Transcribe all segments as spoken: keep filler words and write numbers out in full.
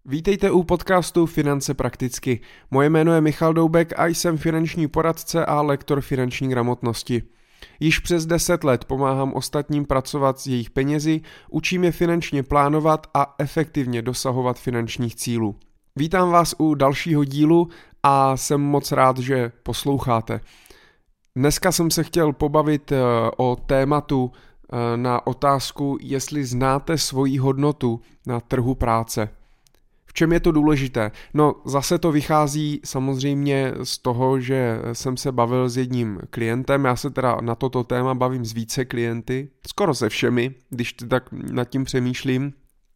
Vítejte u podcastu Finance prakticky. Moje jméno je Michal Doubek a jsem finanční poradce a lektor finanční gramotnosti. Již přes deset let pomáhám ostatním pracovat s jejich penězi, učím je finančně plánovat a efektivně dosahovat finančních cílů. Vítám vás u dalšího dílu a jsem moc rád, že posloucháte. Dneska jsem se chtěl pobavit o tématu na otázku, jestli znáte svoji hodnotu na trhu práce. V čem je to důležité? No zase to vychází samozřejmě z toho, že jsem se bavil s jedním klientem, já se teda na toto téma bavím s více klienty, skoro se všemi, když tak nad tím přemýšlím.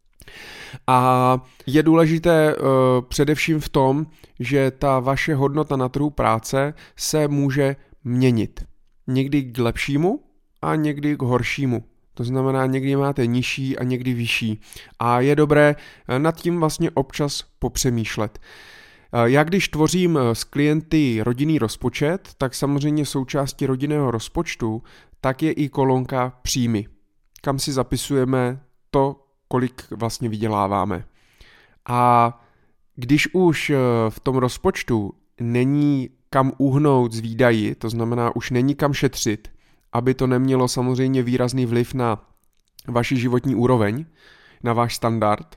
A je důležité uh, především v tom, že ta vaše hodnota na trhu práce se může měnit. Někdy k lepšímu a někdy k horšímu. To znamená, někdy máte nižší a někdy vyšší. A je dobré nad tím vlastně občas popřemýšlet. Já když tvořím s klienty rodinný rozpočet, tak samozřejmě součástí rodinného rozpočtu tak je i kolonka příjmy, kam si zapisujeme to, kolik vlastně vyděláváme. A když už v tom rozpočtu není kam uhnout z výdaji, to znamená, už není kam šetřit, aby to nemělo samozřejmě výrazný vliv na vaši životní úroveň, na váš standard,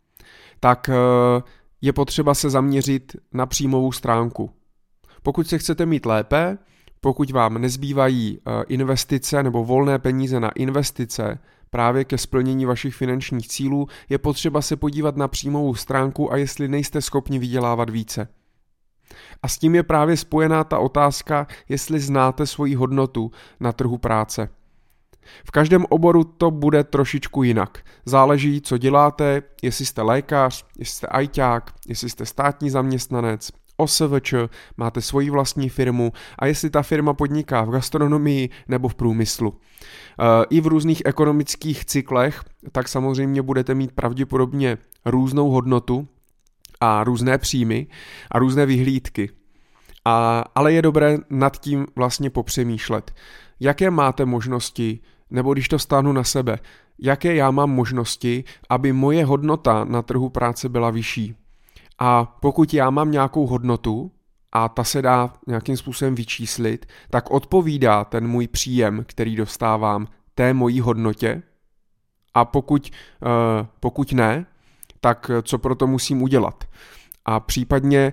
tak je potřeba se zaměřit na příjmovou stránku. Pokud se chcete mít lépe, pokud vám nezbývají investice nebo volné peníze na investice právě ke splnění vašich finančních cílů, je potřeba se podívat na příjmovou stránku a jestli nejste schopni vydělávat více. A s tím je právě spojená ta otázka, jestli znáte svoji hodnotu na trhu práce. V každém oboru to bude trošičku jinak. Záleží, co děláte, jestli jste lékař, jestli jste ajťák, jestli jste státní zaměstnanec, O S V Č, máte svoji vlastní firmu a jestli ta firma podniká v gastronomii nebo v průmyslu. I v různých ekonomických cyklech, tak samozřejmě budete mít pravděpodobně různou hodnotu a různé příjmy a různé vyhlídky. A, ale je dobré nad tím vlastně popřemýšlet. Jaké máte možnosti, nebo když to stáhnu na sebe, jaké já mám možnosti, aby moje hodnota na trhu práce byla vyšší. A pokud já mám nějakou hodnotu a ta se dá nějakým způsobem vyčíslit, tak odpovídá ten můj příjem, který dostávám, té mojí hodnotě. A pokud, uh, pokud ne, tak co pro to musím udělat. A případně,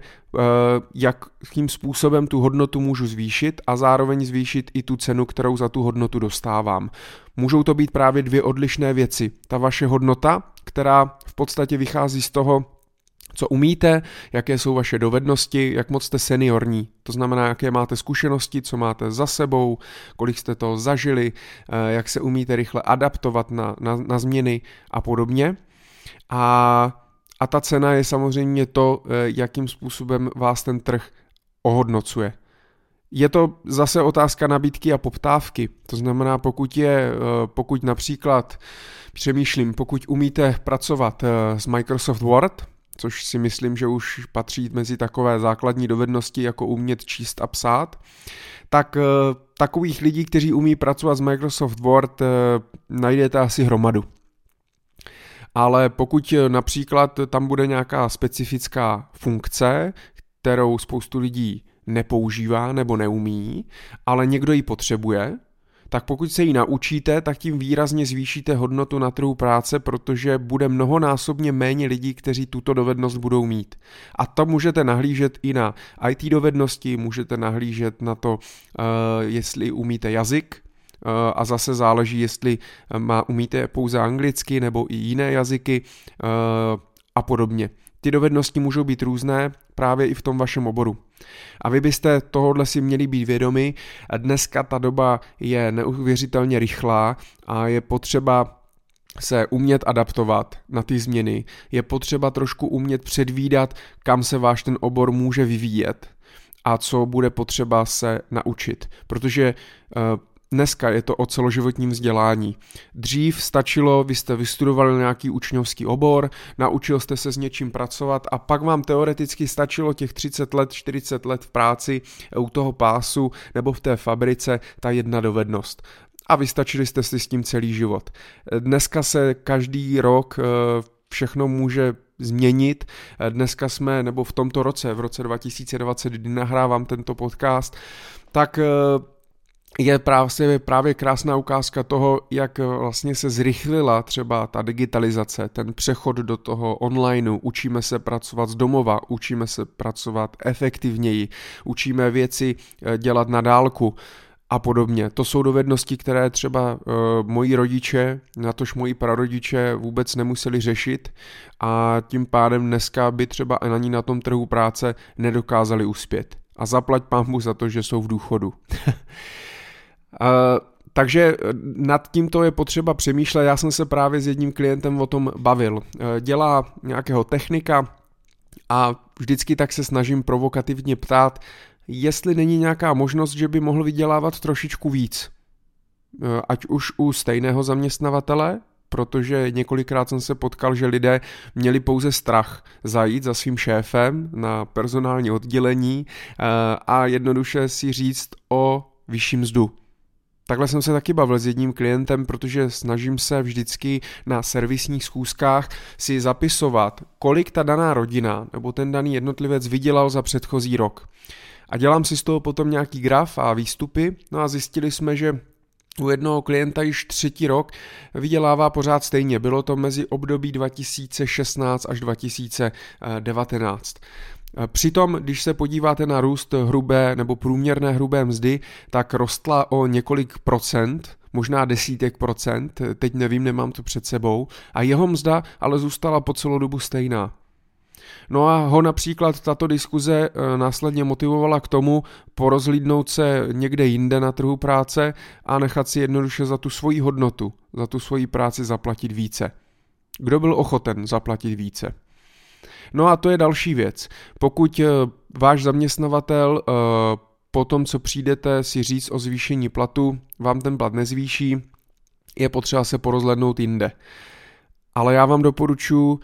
jakým způsobem tu hodnotu můžu zvýšit a zároveň zvýšit i tu cenu, kterou za tu hodnotu dostávám. Můžou to být právě dvě odlišné věci. Ta vaše hodnota, která v podstatě vychází z toho, co umíte, jaké jsou vaše dovednosti, jak moc jste seniorní. To znamená, jaké máte zkušenosti, co máte za sebou, kolik jste toho zažili, jak se umíte rychle adaptovat na, na, na změny a podobně. A, a ta cena je samozřejmě to, jakým způsobem vás ten trh ohodnocuje. Je to zase otázka nabídky a poptávky. To znamená, pokud je, pokud například přemýšlím, pokud umíte pracovat s Microsoft Word, což si myslím, že už patří mezi takové základní dovednosti, jako umět číst a psát, tak takových lidí, kteří umí pracovat s Microsoft Word, najdete asi hromadu. Ale pokud například tam bude nějaká specifická funkce, kterou spoustu lidí nepoužívá nebo neumí, ale někdo ji potřebuje, tak pokud se ji naučíte, tak tím výrazně zvýšíte hodnotu na trhu práce, protože bude mnohonásobně méně lidí, kteří tuto dovednost budou mít. A to můžete nahlížet i na í té dovednosti, můžete nahlížet na to, jestli umíte jazyk, a zase záleží, jestli má, umíte pouze anglicky nebo i jiné jazyky a podobně. Ty dovednosti můžou být různé právě i v tom vašem oboru. A vy byste tohohle si měli být vědomi. Dneska ta doba je neuvěřitelně rychlá a je potřeba se umět adaptovat na ty změny. Je potřeba trošku umět předvídat, kam se váš ten obor může vyvíjet a co bude potřeba se naučit. Protože dneska je to o celoživotním vzdělání. Dřív stačilo, vy jste vystudovali nějaký učňovský obor, naučil jste se s něčím pracovat a pak vám teoreticky stačilo těch třicet let, čtyřicet let v práci u toho pásu nebo v té fabrice ta jedna dovednost. A vystačili jste si s tím celý život. Dneska se každý rok všechno může změnit. Dneska jsme, nebo v tomto roce, v roce dva tisíce dvacet, kdy nahrávám tento podcast, tak je právě, právě krásná ukázka toho, jak vlastně se zrychlila třeba ta digitalizace, ten přechod do toho onlineu, učíme se pracovat z domova, učíme se pracovat efektivněji, učíme věci dělat na dálku a podobně. To jsou dovednosti, které třeba uh, moji rodiče, natož moji prarodiče vůbec nemuseli řešit a tím pádem dneska by třeba ani na tom trhu práce nedokázali uspět. A zaplať pánbůh za to, že jsou v důchodu. Uh, takže nad tímto je potřeba přemýšlet. Já jsem se právě s jedním klientem o tom bavil. Uh, dělá nějakého technika a vždycky tak se snažím provokativně ptát, jestli není nějaká možnost, že by mohl vydělávat trošičku víc. Uh, ať už u stejného zaměstnavatele, protože několikrát jsem se potkal, že lidé měli pouze strach zajít za svým šéfem na personální oddělení uh, a jednoduše si říct o vyšší mzdu. Takhle jsem se taky bavil s jedním klientem, protože snažím se vždycky na servisních schůzkách si zapisovat, kolik ta daná rodina nebo ten daný jednotlivec vydělal za předchozí rok. A dělám si z toho potom nějaký graf a výstupy, no a zjistili jsme, že u jednoho klienta již třetí rok vydělává pořád stejně. Bylo to mezi období dva tisíce šestnáct až dva tisíce devatenáct. Přitom, když se podíváte na růst hrubé nebo průměrné hrubé mzdy, tak rostla o několik procent, možná desítek procent, teď nevím, nemám to před sebou, a jeho mzda ale zůstala po celou dobu stejná. No a ho například tato diskuze následně motivovala k tomu porozhlídnout se někde jinde na trhu práce a nechat si jednoduše za tu svoji hodnotu, za tu svoji práci zaplatit více. Kdo byl ochoten zaplatit více? No a to je další věc. Pokud váš zaměstnavatel po tom, co přijdete si říct o zvýšení platu, vám ten plat nezvýší, je potřeba se porozhlédnout jinde. Ale já vám doporučuji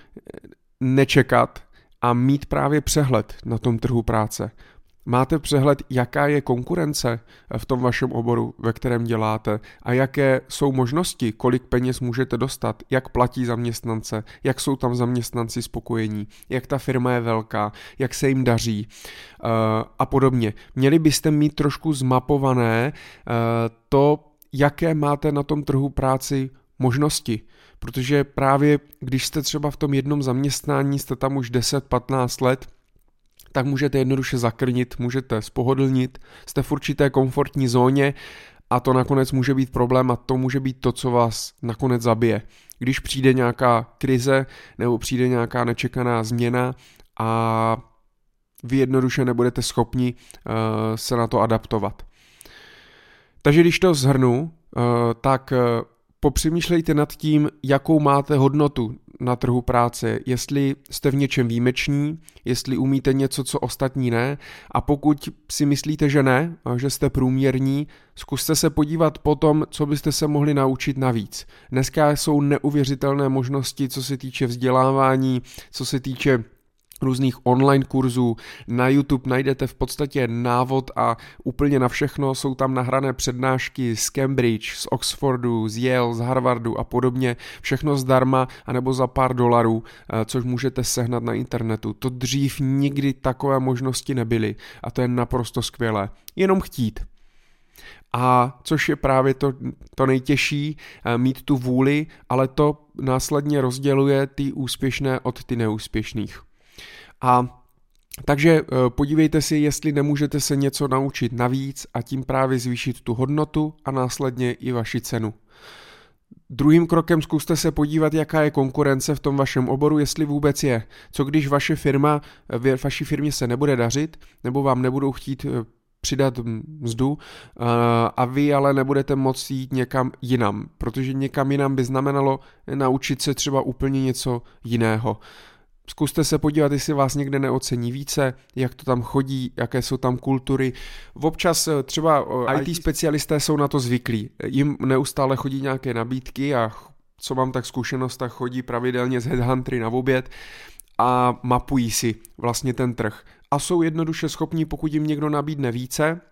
nečekat a mít právě přehled na tom trhu práce. Máte přehled, jaká je konkurence v tom vašem oboru, ve kterém děláte a jaké jsou možnosti, kolik peněz můžete dostat, jak platí zaměstnance, jak jsou tam zaměstnanci spokojení, jak ta firma je velká, jak se jim daří uh, a podobně. Měli byste mít trošku zmapované uh, to, jaké máte na tom trhu práci možnosti, protože právě když jste třeba v tom jednom zaměstnání, jste tam už deset patnáct let, tak můžete jednoduše zakrnit, můžete spohodlnit, jste v určité komfortní zóně a to nakonec může být problém a to může být to, co vás nakonec zabije. Když přijde nějaká krize nebo přijde nějaká nečekaná změna a vy jednoduše nebudete schopni uh, se na to adaptovat. Takže když to shrnu, uh, tak uh, popřemýšlejte nad tím, jakou máte hodnotu na trhu práce, jestli jste v něčem výjimeční, jestli umíte něco, co ostatní ne, a pokud si myslíte, že ne, že jste průměrní, zkuste se podívat po tom, co byste se mohli naučit navíc. Dneska jsou neuvěřitelné možnosti, co se týče vzdělávání, co se týče různých online kurzů. Na YouTube najdete v podstatě návod a úplně na všechno jsou tam nahrané přednášky z Cambridge, z Oxfordu, z Yale, z Harvardu a podobně. Všechno zdarma anebo za pár dolarů, což můžete sehnat na internetu. To dřív nikdy takové možnosti nebyly a to je naprosto skvělé. Jenom chtít. A což je právě to, to nejtěžší, mít tu vůli, ale to následně rozděluje ty úspěšné od ty neúspěšných. A takže podívejte si, jestli nemůžete se něco naučit navíc a tím právě zvýšit tu hodnotu a následně i vaši cenu. Druhým krokem zkuste se podívat, jaká je konkurence v tom vašem oboru, jestli vůbec je. Co když vaše firma, vaší firmě se nebude dařit, nebo vám nebudou chtít přidat mzdu a vy ale nebudete moct jít někam jinam, protože někam jinam by znamenalo naučit se třeba úplně něco jiného. Zkuste se podívat, jestli vás někde neocení více, jak to tam chodí, jaké jsou tam kultury. Občas třeba í té specialisté jsou na to zvyklí. Jim neustále chodí nějaké nabídky a co mám tak zkušenost, tak chodí pravidelně z headhuntery na oběd a mapují si vlastně ten trh. A jsou jednoduše schopní, pokud jim někdo nabídne více,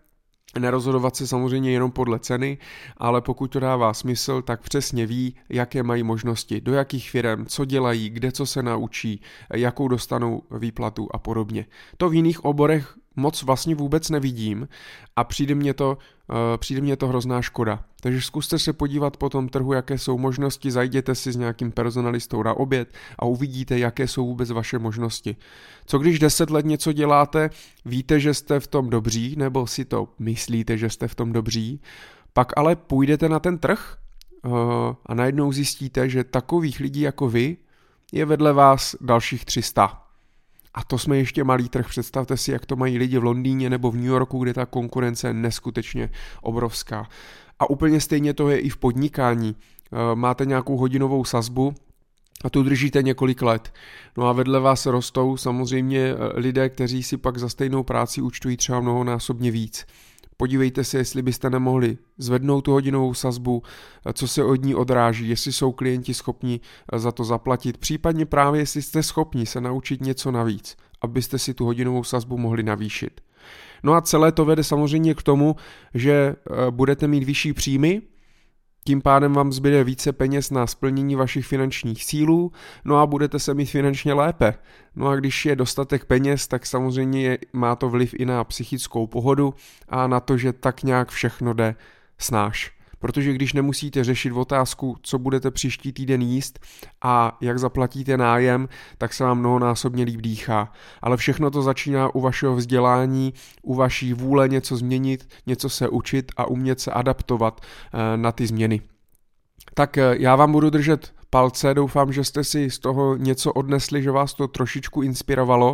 Nerozhodovat se samozřejmě jenom podle ceny, ale pokud to dává smysl, tak přesně ví, jaké mají možnosti, do jakých firem, co dělají, kde co se naučí, jakou dostanou výplatu a podobně. To v jiných oborech moc vlastně vůbec nevidím a přijde mně to, uh, přijde mně to hrozná škoda. Takže zkuste se podívat po tom trhu, jaké jsou možnosti, zajděte si s nějakým personalistou na oběd a uvidíte, jaké jsou vůbec vaše možnosti. Co když deset let něco děláte, víte, že jste v tom dobří, nebo si to myslíte, že jste v tom dobří, pak ale půjdete na ten trh uh, a najednou zjistíte, že takových lidí jako vy je vedle vás dalších tři sta. A to jsme ještě malý trh, představte si, jak to mají lidi v Londýně nebo v New Yorku, kde ta konkurence je neskutečně obrovská. A úplně stejně to je i v podnikání. Máte nějakou hodinovou sazbu a tu držíte několik let. No a vedle vás rostou samozřejmě lidé, kteří si pak za stejnou práci účtují třeba mnohonásobně víc. Podívejte se, jestli byste nemohli zvednout tu hodinovou sazbu, co se od ní odráží, jestli jsou klienti schopni za to zaplatit, případně právě jestli jste schopni se naučit něco navíc, abyste si tu hodinovou sazbu mohli navýšit. No a celé to vede samozřejmě k tomu, že budete mít vyšší příjmy, tím pádem vám zbyde více peněz na splnění vašich finančních cílů, no a budete se mít finančně lépe. No a když je dostatek peněz, tak samozřejmě má to vliv i na psychickou pohodu a na to, že tak nějak všechno jde snáš. Protože když nemusíte řešit otázku, co budete příští týden jíst a jak zaplatíte nájem, tak se vám mnohonásobně líp dýchá. Ale všechno to začíná u vašeho vzdělání, u vaší vůle něco změnit, něco se učit a umět se adaptovat na ty změny. Tak já vám budu držet palce, doufám, že jste si z toho něco odnesli, že vás to trošičku inspirovalo.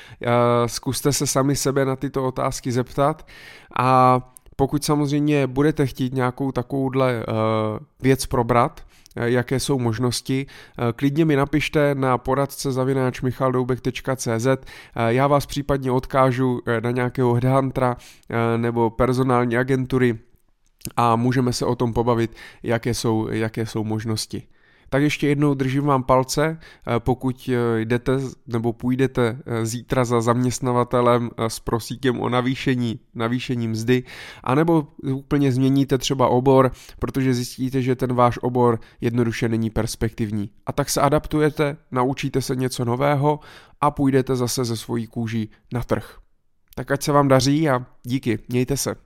Zkuste se sami sebe na tyto otázky zeptat a pokud samozřejmě budete chtít nějakou takovouhle uh, věc probrat, uh, jaké jsou možnosti, uh, klidně mi napište na poradce zavináč michaldoubek tečka cé zet, uh, já vás případně odkážu uh, na nějakého headhuntera uh, nebo personální agentury a můžeme se o tom pobavit, jaké jsou, jaké jsou možnosti. Tak ještě jednou držím vám palce, pokud jdete nebo půjdete zítra za zaměstnavatelem s prosíkem o navýšení, navýšení mzdy, anebo úplně změníte třeba obor, protože zjistíte, že ten váš obor jednoduše není perspektivní. A tak se adaptujete, naučíte se něco nového a půjdete zase ze svojí kůží na trh. Tak ať se vám daří a díky, mějte se.